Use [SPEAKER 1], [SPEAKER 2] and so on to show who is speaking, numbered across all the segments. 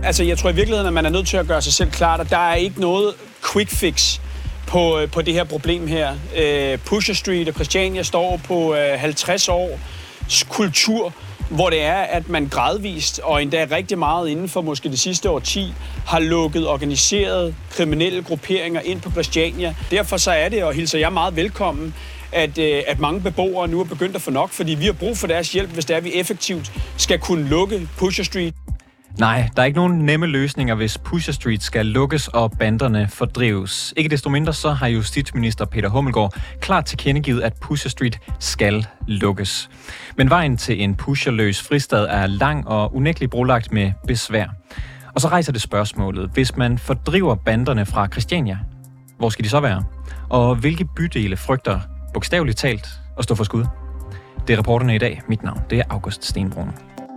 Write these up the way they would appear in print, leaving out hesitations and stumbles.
[SPEAKER 1] Altså, jeg tror i virkeligheden, at man er nødt til at gøre sig selv klart, at der er ikke noget quick fix på det her problem her. Pusher Street og Christiania står på 50 års kultur, hvor det er, at man gradvist, og endda rigtig meget inden for måske det sidste årti, har lukket organiserede kriminelle grupperinger ind på Christiania. Derfor så er det, og hilser jeg meget velkommen, at mange beboere nu er begyndt at få nok, fordi vi har brug for deres hjælp, hvis det er, vi effektivt skal kunne lukke Pusher Street.
[SPEAKER 2] Nej, der er ikke nogen nemme løsninger, hvis Pusher Street skal lukkes og banderne fordrives. Ikke desto mindre så har justitsminister Peter Hummelgaard klart tilkendegivet, at Pusher Street skal lukkes. Men vejen til en pusherløs fristad er lang og unægteligt brolagt med besvær. Og så rejser det spørgsmålet, hvis man fordriver banderne fra Christiania, hvor skal de så være? Og hvilke bydele frygter bogstaveligt talt at stå for skud? Det er reporterne i dag. Mit navn, det er August Stenbrun.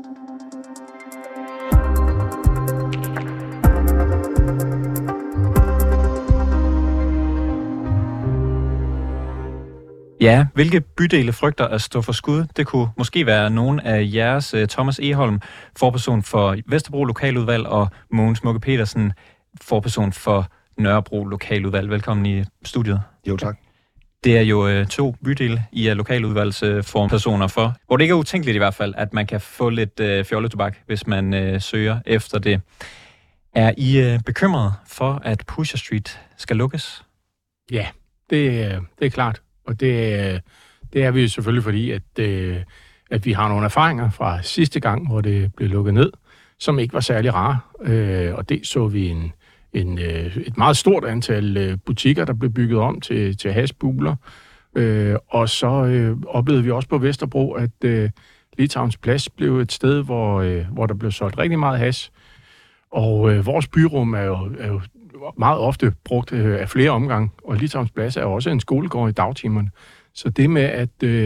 [SPEAKER 2] Ja, hvilke bydele frygter at stå for skud? Det kunne måske være nogen af jeres. Thomas Egholm, forperson for Vesterbro Lokaludvalg, og Mogens Mugge Petersen, forperson for Nørrebro Lokaludvalg. Velkommen i studiet.
[SPEAKER 3] Jo, tak.
[SPEAKER 2] Det er jo 2 bydele, I er lokaludvalgsformpersoner for, hvor det ikke er utænkeligt i hvert fald, at man kan få lidt fjolletobak, hvis man søger efter det. Er I bekymret for, at Pusher Street skal lukkes?
[SPEAKER 4] Ja, det er klart. Og det er vi selvfølgelig, fordi at vi har nogle erfaringer fra sidste gang, hvor det blev lukket ned, som ikke var særlig rare. Og det så vi et meget stort antal butikker, der blev bygget om til hashbuler. Og så oplevede vi også på Vesterbro, at Litauens Plads blev et sted, hvor der blev solgt rigtig meget hash. Og vores byrum er jo meget ofte brugt af flere omgange, og Litauens Plads er jo også en skolegård i dagtimerne. Så det med, at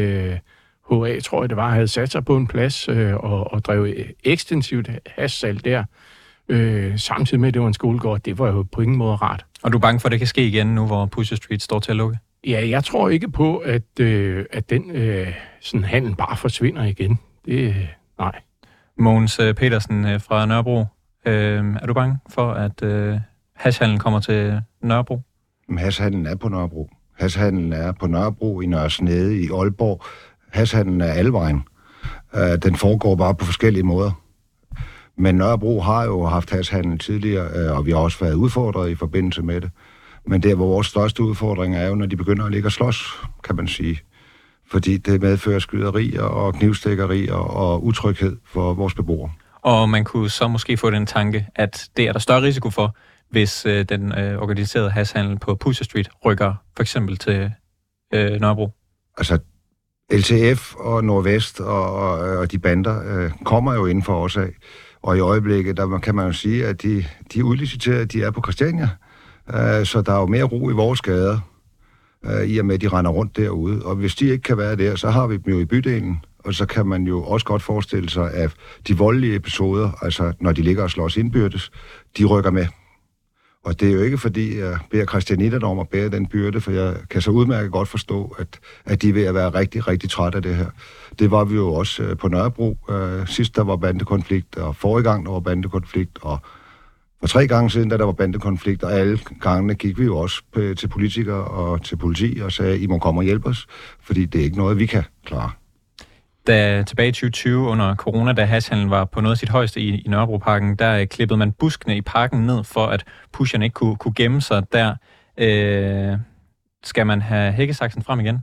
[SPEAKER 4] HA, tror jeg det var, havde sat sig på en plads og drev ekstensivt hashsalg der, samtidig med, at det var en skolegård, det var jo på ingen måde rart.
[SPEAKER 2] Og du er bange for, at det kan ske igen nu, hvor Pusher Street står til at lukke?
[SPEAKER 4] Ja, jeg tror ikke på, at den sådan handel bare forsvinder igen. Nej.
[SPEAKER 2] Mogens Petersen fra Nørrebro, er du bange for, at hashhandlen kommer til Nørrebro?
[SPEAKER 3] Hashhandlen er på Nørrebro. Hashhandlen er på Nørrebro, i Nørre Snede, i Aalborg. Hashhandlen er alle vejen. Den foregår bare på forskellige måder. Men Nørrebro har jo haft hashhandel tidligere, og vi har også været udfordret i forbindelse med det. Men det, hvor vores største udfordring er jo, når de begynder at ligge og slås, kan man sige. Fordi det medfører skyderier og knivstikkerier og utryghed for vores beboere. Og
[SPEAKER 2] man kunne så måske få den tanke, at det er der større risiko for, hvis den organiserede hashhandel på Pusher Street rykker for eksempel til Nørrebro? Altså, LTF og Nordvest og de bander kommer jo inden for os af. Og i øjeblikket, der kan man jo sige, at de udliciterede, de er på Christiania. Så der er jo mere ro i vores gader, i og med, at de render rundt derude. Og hvis de ikke kan være der, så har vi dem jo i bydelen. Og så kan man jo også godt forestille sig, at de voldelige episoder, altså når de ligger og slås indbyrdes, de rykker med. Og det er jo ikke fordi, jeg beder christianitterne om at bære den byrde, for jeg kan så udmærket godt forstå, at de er ved at være rigtig, rigtig trætte af det her. Det var vi jo også på Nørrebro. Sidst der var bandekonflikt, og forrige gang der var bandekonflikt, og for 3 gange siden der var bandekonflikt, og alle gangene gik vi jo også til politikere og til politi og sagde, I må komme og hjælpe os, fordi det er ikke noget, vi kan klare. Da tilbage i 2020 under corona, da hashhandlen var på noget af sit højeste i Nørrebroparken, der klippede man buskene i parken ned, for at pusherne ikke kunne gemme sig der. Skal man have hækkesaksen frem igen?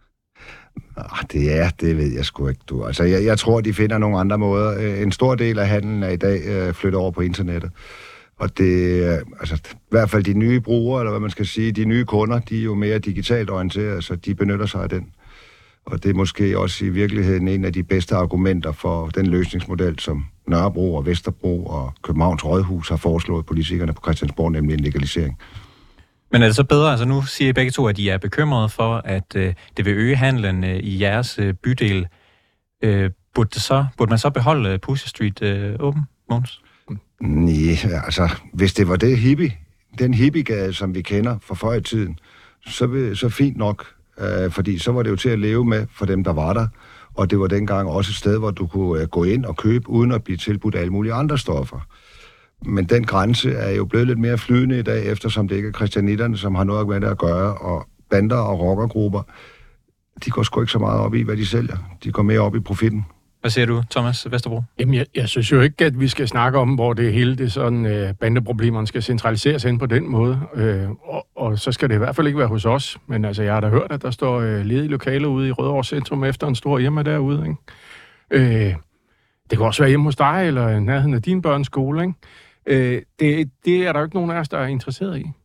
[SPEAKER 3] Det ved jeg sgu ikke, du. Altså, jeg tror, de finder nogle andre måder. En stor del af handlen er i dag flyttet over på internettet. Og det, altså, i hvert fald de nye brugere, eller hvad man skal sige, de nye kunder, de er jo mere digitalt orienteret, så de benytter sig af den. Og det er måske også i virkeligheden en af de bedste argumenter for den løsningsmodel, som Nørrebro og Vesterbro og Københavns Rådhus har foreslået politikerne på Christiansborg, nemlig en legalisering.
[SPEAKER 2] Men er det så bedre? Altså nu siger I begge to, at I er bekymrede for, at det vil øge handlen i jeres bydel. Burde man så beholde Pusher Street åben, Mogens?
[SPEAKER 3] Nej, altså hvis det var den hippiegade, som vi kender fra før i tiden, så fint nok. Fordi så var det jo til at leve med for dem, der var der. Og det var dengang også et sted, hvor du kunne gå ind og købe, uden at blive tilbudt alle mulige andre stoffer. Men den grænse er jo blevet lidt mere flydende i dag, eftersom det ikke er christianitterne, som har noget med det at gøre, og bander og rockergrupper, de går sgu ikke så meget op i, hvad de sælger. De går mere op i profitten.
[SPEAKER 2] Hvad siger du, Thomas Vesterbro?
[SPEAKER 4] Jamen, jeg synes jo ikke, at vi skal snakke om, hvor det hele det sådan, bandeproblemerne skal centraliseres hen på den måde. Og så skal det i hvert fald ikke være hos os. Men altså, jeg har da hørt, at der står ledige lokaler ude i Rødovre Centrum efter en stor hjemme derude, ikke? Det kan også være hjemme hos dig, eller i nærheden af din børns skole, ikke? Det er der jo ikke nogen af os, der er interesseret i.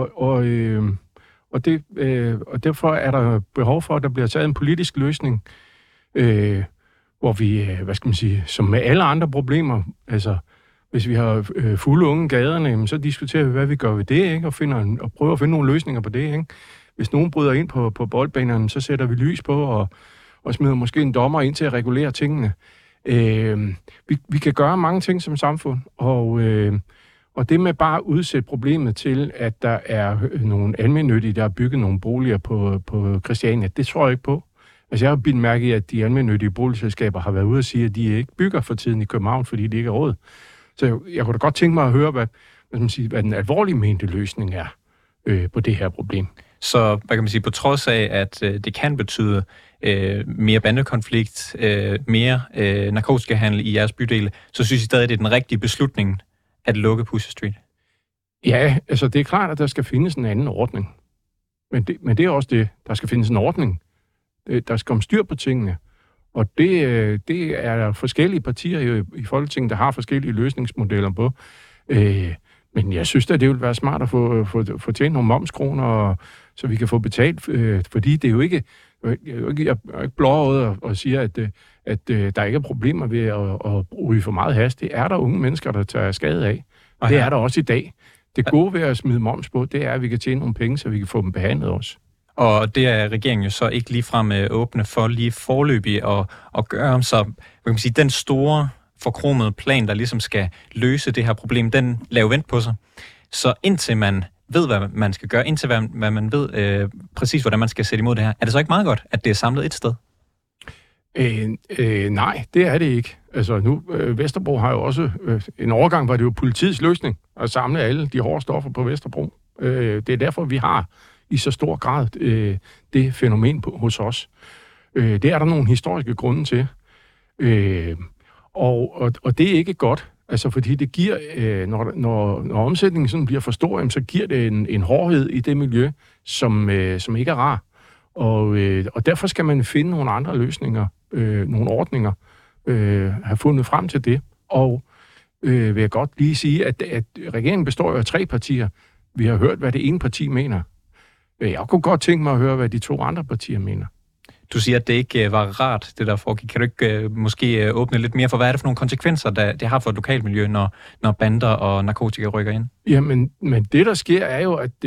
[SPEAKER 4] Og derfor er der behov for, at der bliver taget en politisk løsning, hvor vi, som med alle andre problemer, altså hvis vi har fulde unge gaderne, så diskuterer vi, hvad vi gør ved det, ikke? Og prøver at finde nogle løsninger på det, ikke? Hvis nogen bryder ind på boldbanerne, så sætter vi lys på og smider måske en dommer ind til at regulere tingene. Vi kan gøre mange ting som samfund, og det med bare at udsætte problemet til, at der er nogle almennyttige, der har bygget nogle boliger på Christiania, det tror jeg ikke på. Altså jeg har bidt mærke i, at de almennyttige boligselskaber har været ude og sige, at de ikke bygger for tiden i København, fordi de ikke er råd. Så jeg kunne da godt tænke mig at høre, hvad den alvorlige mente løsning er på det her problem.
[SPEAKER 2] Så hvad kan man sige, på trods af, at det kan betyde mere bandekonflikt, mere narkotikahandel i jeres bydele, så synes I stadig, det er den rigtige beslutning at lukke Pusher Street? Ja,
[SPEAKER 4] altså det er klart, at der skal findes en anden ordning. Men det er også det. Der skal findes en ordning. Der skal komme styr på tingene. Og det er forskellige partier i Folketinget, der har forskellige løsningsmodeller på. Men jeg synes, at det vil være smart at få tjent nogle momskroner, så vi kan få betalt. Fordi det er jo ikke... Jeg er ikke blåøjet og siger, at der ikke er problemer ved at ryge for meget has. Det er der unge mennesker, der tager skade af. Og det er der også i dag. Det gode ved at smide moms på, det er, at vi kan tjene nogle penge, så vi kan få dem behandlet også.
[SPEAKER 2] Og det er regeringen jo så ikke ligefrem åbne for lige forløbig at gøre om så, hvad kan man sige, den store forkromede plan, der ligesom skal løse det her problem, den laver vent på sig. Så indtil man ved, hvad man skal gøre, indtil hvad man ved præcis, hvordan man skal sætte imod det her, er det så ikke meget godt, at det er samlet et sted?
[SPEAKER 4] Nej, det er det ikke. Altså nu, Vesterbro har jo også, en overgang var det jo politiets løsning, at samle alle de hårde stoffer på Vesterbro. Det er derfor, vi har i så stor grad det fænomen hos os. Det er der nogle historiske grunde til. Og det er ikke godt, altså fordi det giver, når omsætningen sådan bliver for stor, så giver det en hårdhed i det miljø, som ikke er rar. Og derfor skal man finde nogle andre løsninger, nogle ordninger, have fundet frem til det. Og vil jeg godt lige sige, at regeringen består af 3 partier. Vi har hørt, hvad det ene parti mener. Jeg kunne godt tænke mig at høre, hvad de 2 andre partier mener.
[SPEAKER 2] Du siger, at det ikke var rart, det der foregik. Kan du ikke måske åbne lidt mere for, hvad er det for nogle konsekvenser, det har for et lokalmiljø, når bander og narkotika rykker ind?
[SPEAKER 4] Jamen, men det der sker er jo, at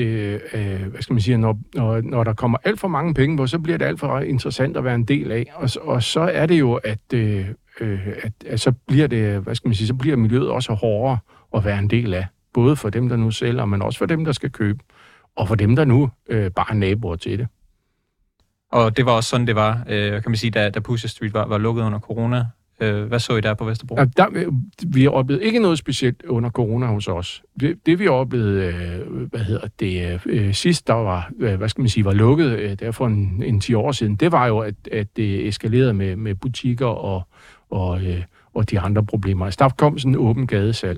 [SPEAKER 4] når der kommer alt for mange penge på, så bliver det alt for interessant at være en del af. Og så er det jo, at så bliver det, så bliver miljøet også hårdere at være en del af. Både for dem, der nu sælger, men også for dem, der skal købe. Og for dem, der nu bare er naboer til det.
[SPEAKER 2] Og det var også sådan, det var, kan man sige, da Pusher Street var lukket under corona. Hvad så I der på Vesterbro?
[SPEAKER 4] Vi oplevede ikke noget specielt under corona hos os. Det vi oplevede, sidst der var, var lukket, der for en 10 år siden, det var jo, at det eskalerede med butikker og de andre problemer. Altså, der kom sådan en åben gadesalg,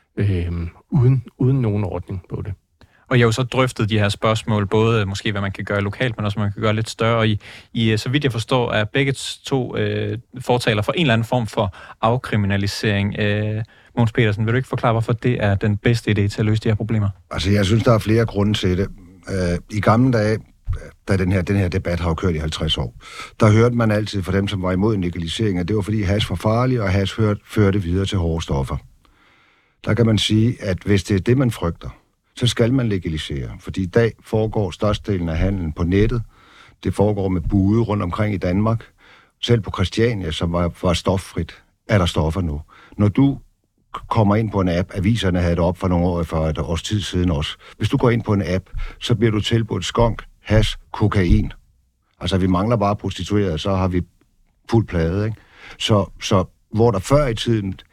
[SPEAKER 4] uden nogen ordning på det.
[SPEAKER 2] Og jeg har jo så drøftet de her spørgsmål, både måske hvad man kan gøre lokalt, men også hvad man kan gøre lidt større. I så vidt jeg forstår, er begge 2 fortaler for en eller anden form for afkriminalisering. Mogens Petersen, vil du ikke forklare, hvorfor det er den bedste idé til at løse de her problemer?
[SPEAKER 3] Altså, jeg synes, der er flere grunde til det. I gamle dage, da den her debat har jo kørt i 50 år, der hørte man altid fra dem, som var imod en legalisering, at det var fordi hash var farlig, og hash førte videre til hårde stoffer. Der kan man sige, at hvis det er det, man frygter, så skal man legalisere. Fordi i dag foregår størstedelen af handlen på nettet. Det foregår med bude rundt omkring i Danmark. Selv på Christiania, som var stoffrit, er der stoffer nu. Når du kommer ind på en app, aviserne havde det op for nogle år, for et års tid siden også. Hvis du går ind på en app, så bliver du tilbudt skunk, hash, kokain. Altså, vi mangler bare prostituerede, så har vi fuld plade, ikke? Så hvor der før i tiden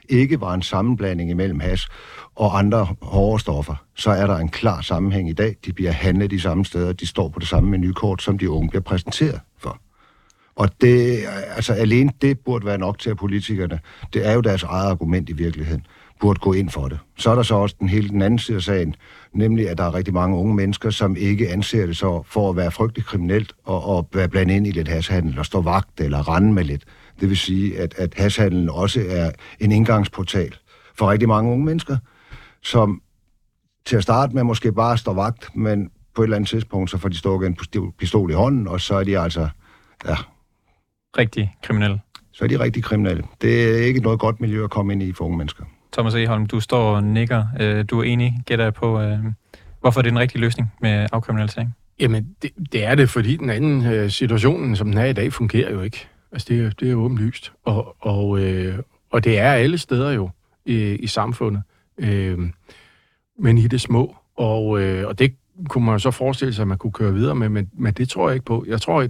[SPEAKER 3] ikke var en sammenblanding imellem hash og andre hårde stoffer, så er der en klar sammenhæng i dag. De bliver handlet de samme steder, de står på det samme menukort, som de unge bliver præsenteret for. Og det, altså alene det burde være nok til, at politikerne, det er jo deres eget argument i virkeligheden, burde gå ind for det. Så er der så også den anden side af sagen, nemlig at der er rigtig mange unge mennesker, som ikke anser det så for at være frygtelig kriminelt og være blandet ind i lidt hashhandel og stå vagt eller rende med lidt. Det vil sige, at hashhandelen også er en indgangsportal for rigtig mange unge mennesker, som til at starte med måske bare står vagt, men på et eller andet tidspunkt, så får de stukket en pistol i hånden, og så er de altså,
[SPEAKER 2] rigtig kriminelle.
[SPEAKER 3] Så er de rigtig kriminelle. Det er ikke noget godt miljø at komme ind i for unge mennesker.
[SPEAKER 2] Thomas Egholm, du står og nikker. Du er enig, gætter på, hvorfor det er den rigtige løsning med afkriminalisering?
[SPEAKER 4] Jamen, det er det, fordi den anden situationen, som den er i dag, fungerer jo ikke. Altså, det er jo åbenlyst. Og det er alle steder jo i samfundet. Men i det små. Og det kunne man jo så forestille sig, at man kunne køre videre med, men det tror jeg ikke på. Jeg tror, at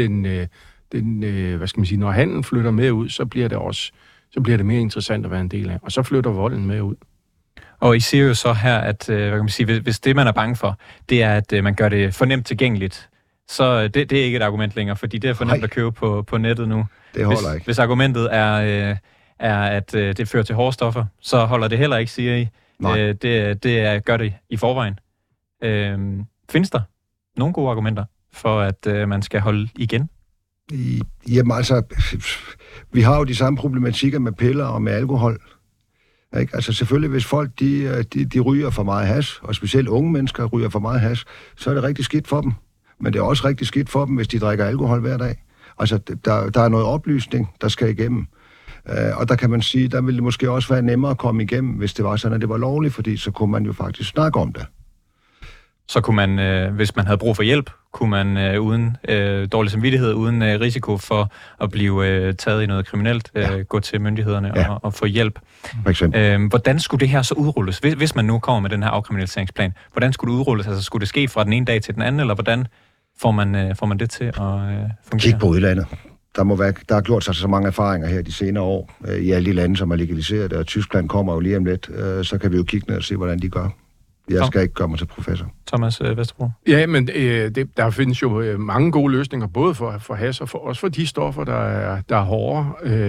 [SPEAKER 4] hvad skal man sige, når handlen flytter med ud, så bliver det mere interessant at være en del af. Og så flytter volden med ud.
[SPEAKER 2] Og I siger jo så her, at hvad kan man sige, hvis det, man er bange for, det er, at man gør det for nemt tilgængeligt, så det er ikke et argument længere, fordi det er for nemt at købe på nettet nu.
[SPEAKER 3] Det holder ikke.
[SPEAKER 2] Hvis argumentet er at det fører til hårde stoffer, så holder det heller ikke, siger I. Det gør det i forvejen. Findes der nogle gode argumenter for, at man skal holde igen?
[SPEAKER 3] Jamen altså, vi har jo de samme problematikker med piller og med alkohol. Ikke? Altså selvfølgelig, hvis folk de ryger for meget hash, og specielt unge mennesker ryger for meget hash, så er det rigtig skidt for dem. Men det er også rigtig skidt for dem, hvis de drikker alkohol hver dag. Altså, der er noget oplysning, der skal igennem. Og der kan man sige, der ville det måske også være nemmere at komme igennem, hvis det var sådan, at det var lovligt, fordi så kunne man jo faktisk snakke om det.
[SPEAKER 2] Så kunne man, hvis man havde brug for hjælp, kunne man uden dårlig samvittighed, uden risiko for at blive taget i noget kriminelt, gå til myndighederne og få hjælp.
[SPEAKER 3] For eksempel.
[SPEAKER 2] Hvordan skulle det her så udrulles? Hvis man nu kommer med den her afkriminaliseringsplan, hvordan skulle det udrulles? Altså skulle det ske fra den ene dag til den anden, eller hvordan får man det til at fungere?
[SPEAKER 3] Kig på udlandet. Der har gjort sig så mange erfaringer her de senere år i alle de lande, som er legaliseret, og Tyskland kommer jo lige om lidt, så kan vi jo kigge ned og se, hvordan de gør. Jeg skal ikke gøre mig til professor.
[SPEAKER 2] Thomas Vesterbro?
[SPEAKER 4] Ja, men der findes jo mange gode løsninger, både for hash og også for de stoffer, der er hårde.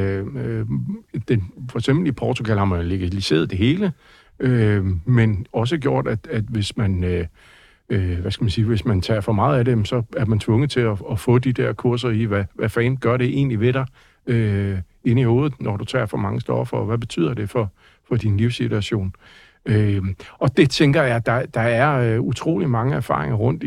[SPEAKER 4] For eksempel i Portugal har man legaliseret det hele, men også gjort, at hvis man... hvad skal man sige, hvis man tager for meget af dem, så er man tvunget til at få de der kurser i, hvad fanden gør det egentlig ved dig inde i hovedet, når du tager for mange stoffer, og hvad betyder det for din livssituation? Og det tænker jeg, der er utrolig mange erfaringer rundt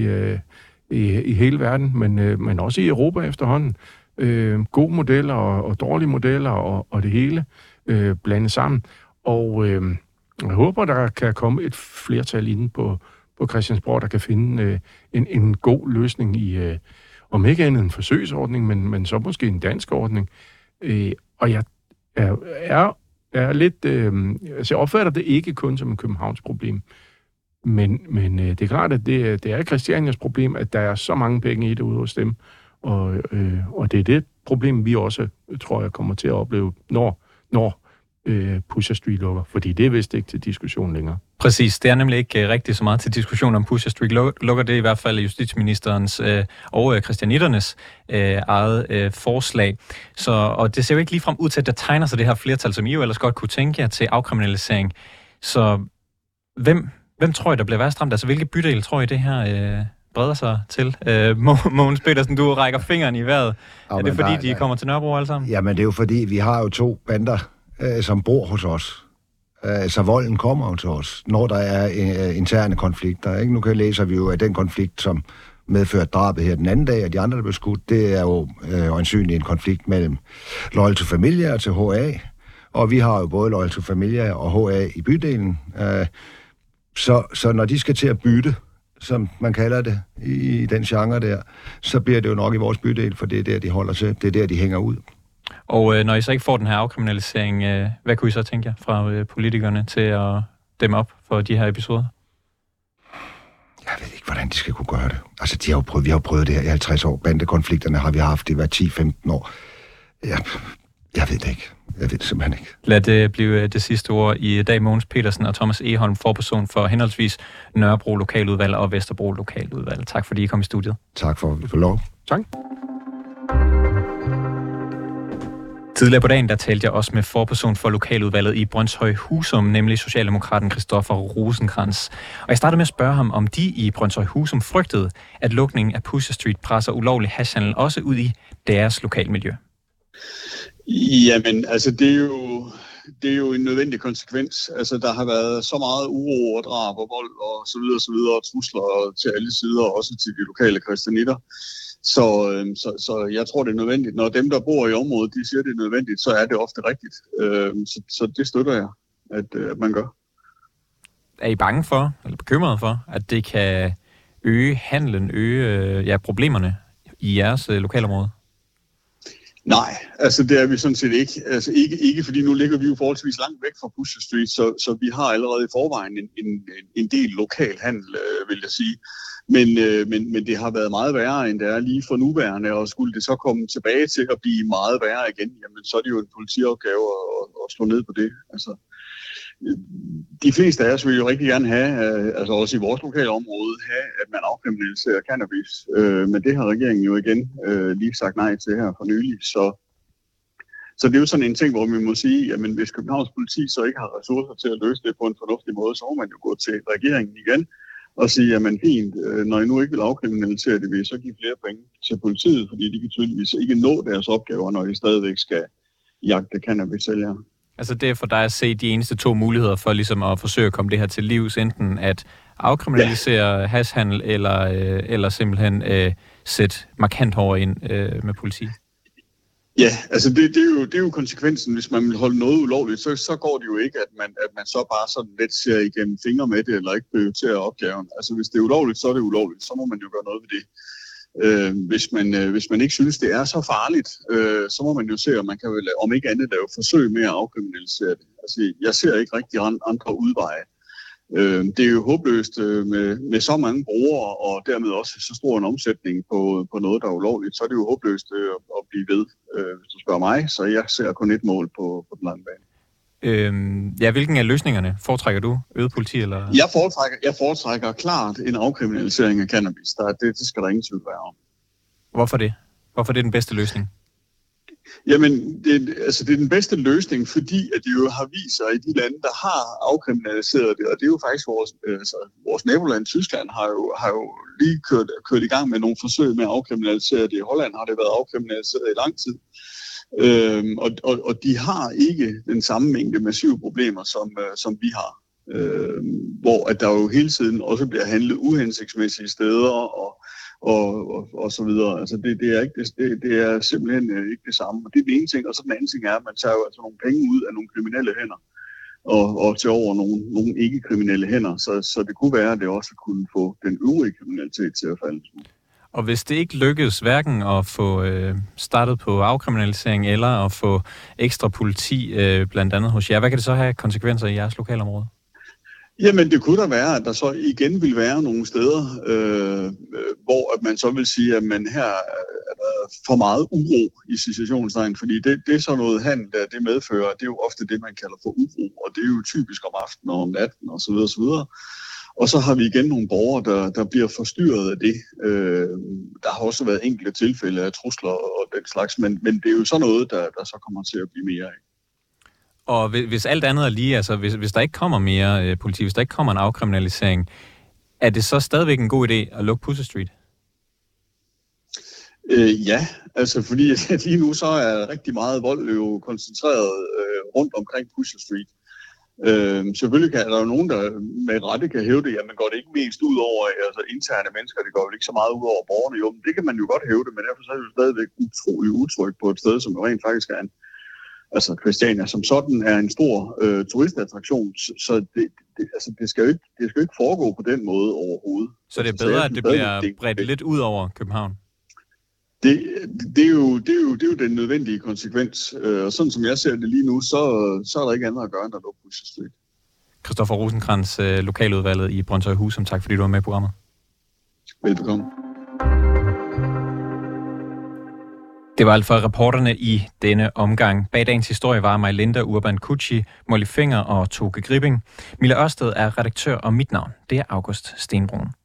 [SPEAKER 4] i hele verden, men også i Europa efterhånden. Gode modeller og dårlige modeller og det hele blandet sammen. Og jeg håber, der kan komme et flertal inde på Christiansborg, der kan finde en god løsning i, om ikke andet en forsøgsordning, men så måske en dansk ordning. Og jeg er lidt... altså jeg opfatter det ikke kun som en Københavns problem, men det er klart, at det er Christianias problem, at der er så mange penge i det ude hos dem, og det er det problem, vi også, tror jeg, kommer til at opleve, når Pusher Street lukker, fordi det er vist ikke til diskussion længere.
[SPEAKER 2] Præcis, det er nemlig ikke rigtig så meget til diskussion om Pusher Street lukker. Det i hvert fald justitsministerens og christianitternes eget forslag. Og det ser jo ikke ligefrem ud til, at der tegner sig det her flertal, som I jo ellers godt kunne tænke jer til afkriminalisering. Så hvem tror I, der bliver værst ramt? Altså hvilke bydele tror I, det her breder sig til? Mogens Petersen, du rækker fingeren i vejret. Er det fordi, de kommer til Nørrebro alle sammen?
[SPEAKER 3] Jamen det er jo fordi, vi har jo 2 bander, som bor hos os. Så volden kommer jo til os, når der er interne konflikter. Ikke? Nu læser vi jo, at den konflikt, som medførte drabet her den anden dag, og de andre, der blev skudt, det er jo øjensynligt en konflikt mellem Loyal to Familia og til HA. Og vi har jo både Loyal to Familia og HA i bydelen. Så når de skal til at bytte, som man kalder det i den genre der, så bliver det jo nok i vores bydel, for det er der, de holder til. Det er der, de hænger ud.
[SPEAKER 2] Og når I så ikke får den her afkriminalisering, hvad kunne I så tænke jer fra politikerne til at dæmme op for de her episoder?
[SPEAKER 3] Jeg ved ikke, hvordan de skal kunne gøre det. Altså, vi har jo prøvet det her i 50 år. Bandekonflikterne har vi haft i hver 10-15 år. Jeg ved det ikke. Jeg ved det simpelthen ikke.
[SPEAKER 2] Lad det blive det sidste ord i dag. Mogens Petersen og Thomas Egholm, forperson for henholdsvis Nørrebro Lokaludvalg og Vesterbro Lokaludvalg. Tak fordi I kom i studiet.
[SPEAKER 3] Tak for at vi får lov.
[SPEAKER 4] Tak.
[SPEAKER 2] Tidligere på dagen, der talte jeg også med forperson for Lokaludvalget i Brønshøj-Husum, nemlig Socialdemokraten Christoffer Rosenkrantz. Og jeg startede med at spørge ham, om de i Brønshøj-Husum frygtede, at lukningen af Pusher Street presser ulovlig hashhandel også ud i deres lokalmiljø.
[SPEAKER 5] Jamen, altså det er jo en nødvendig konsekvens. Altså der har været så meget uro og drab og vold og så videre, og trusler til alle sider, også til de lokale kristianitter. Så jeg tror, det er nødvendigt. Når dem, der bor i området, de siger, det er nødvendigt, så er det ofte rigtigt. Så det støtter jeg, at man gør.
[SPEAKER 2] Er I bange for, eller bekymrede for, at det kan øge handlen, øge problemerne i jeres lokalområde?
[SPEAKER 5] Nej, altså det er vi sådan set ikke. Altså ikke fordi nu ligger vi jo forholdsvis langt væk fra Pusher Street, så vi har allerede i forvejen en del lokal handel, vil jeg sige. Men det har været meget værre, end det er lige for nuværende, og skulle det så komme tilbage til at blive meget værre igen, jamen så er det jo en politiopgave at slå ned på det. Altså, de fleste af os vil jo rigtig gerne have, altså også i vores lokale område, at man afkriminaliserer cannabis. Men det har regeringen jo igen lige sagt nej til her for nylig. Så det er jo sådan en ting, hvor vi må sige, at hvis Københavns politi så ikke har ressourcer til at løse det på en fornuftig måde, så må man jo gå til regeringen igen og sige, jamen fint, når I nu ikke vil afkriminalisere det, vil I så give flere penge til politiet, fordi de kan tydeligvis ikke nå deres opgaver, når de stadigvæk skal jagte cannabis-sælgere.
[SPEAKER 2] Altså det er for dig at se de eneste to muligheder for ligesom at forsøge at komme det her til livs, enten at afkriminalisere hashhandel, eller simpelthen sætte markant hårdere ind med politi.
[SPEAKER 5] Ja, altså det er jo konsekvensen, hvis man vil holde noget ulovligt, så går det jo ikke, at man så bare sådan let ser igennem fingre med det, eller ikke prioriterer opgaven. Altså hvis det er ulovligt, så er det ulovligt, så må man jo gøre noget ved det. Hvis man ikke synes, det er så farligt, så må man jo se, om man kan vel, om ikke andet lave forsøg med at afkriminalisere det. Altså jeg ser ikke rigtig andre udveje. Det er jo håbløst med så mange brugere, og dermed også så stor en omsætning på noget, der er ulovligt, så er det jo håbløst at blive ved, hvis du spørger mig. Så jeg ser kun et mål på den lange bane.
[SPEAKER 2] Hvilken af løsningerne foretrækker du? Øget politi eller?
[SPEAKER 5] Jeg foretrækker klart en afkriminalisering af cannabis. Det skal der ingen tvivl være om.
[SPEAKER 2] Hvorfor det? Hvorfor er det den bedste løsning?
[SPEAKER 5] Jamen, det er den bedste løsning, fordi at det jo har vist sig i de lande, der har afkriminaliseret det, og det er jo faktisk vores naboland Tyskland har jo lige kørt i gang med nogle forsøg med at afkriminalisere det. I Holland har det været afkriminaliseret i lang tid. Og de har ikke den samme mængde massive problemer, som vi har. Hvor at der jo hele tiden også bliver handlet uhensigtsmæssige steder og så videre. Altså det er simpelthen ikke det samme. Og det er den ene ting, og så den anden ting er, at man tager jo altså nogle penge ud af nogle kriminelle hænder og til over nogle ikke-kriminelle hænder. Så det kunne være, at det også kunne få den øvrige kriminalitet til at falde.
[SPEAKER 2] Og hvis det ikke lykkes hverken at få startet på afkriminalisering eller at få ekstra politi blandt andet hos jer, hvad kan det så have konsekvenser i jeres lokalområde?
[SPEAKER 5] Jamen, det kunne da være, at der så igen vil være nogle steder, hvor at man så vil sige, at man her er der for meget uro i situationstegn, fordi det er så noget handel, der det medfører. Det er jo ofte det, man kalder for uro, og det er jo typisk om aftenen og om natten osv. osv. Og så har vi igen nogle borgere, der bliver forstyrret af det. Der har også været enkelte tilfælde af trusler og den slags, men det er jo sådan noget, der så kommer til at blive mere af.
[SPEAKER 2] Og hvis alt andet er lige, altså hvis der ikke kommer mere politi, hvis der ikke kommer en afkriminalisering, er det så stadigvæk en god idé at lukke Pusher Street?
[SPEAKER 5] Ja, altså fordi lige nu så er rigtig meget vold jo koncentreret rundt omkring Pusher Street. Selvfølgelig er der jo nogen, der med rette kan hævde, jamen går det ikke mest ud over altså interne mennesker, det går jo ikke så meget ud over borgerne. Jo, men det kan man jo godt hævde, men derfor så er det jo stadigvæk utrolig utrygt på et sted, som jo rent faktisk er altså Christiania som sådan er en stor turistattraktion, så det skal jo ikke foregå på den måde overhovedet.
[SPEAKER 2] Så det er bedre, at det bliver bredt lidt ud over København?
[SPEAKER 5] Det er jo den nødvendige konsekvens. Og sådan som jeg ser det lige nu, så er der ikke andet at gøre, end at lukke Pusher Street.
[SPEAKER 2] Christoffer Rosenkrantz, Lokaludvalget i Brønshøj-Husum. Tak fordi du var med i programmet.
[SPEAKER 5] Velbekomme.
[SPEAKER 2] Det var alt for reporterne i denne omgang. Bag dagens historie var Majlinda Urban Kucci, Molly Finger og Toke Gripping. Mille Ørsted er redaktør, og mit navn det er August Stenbrun.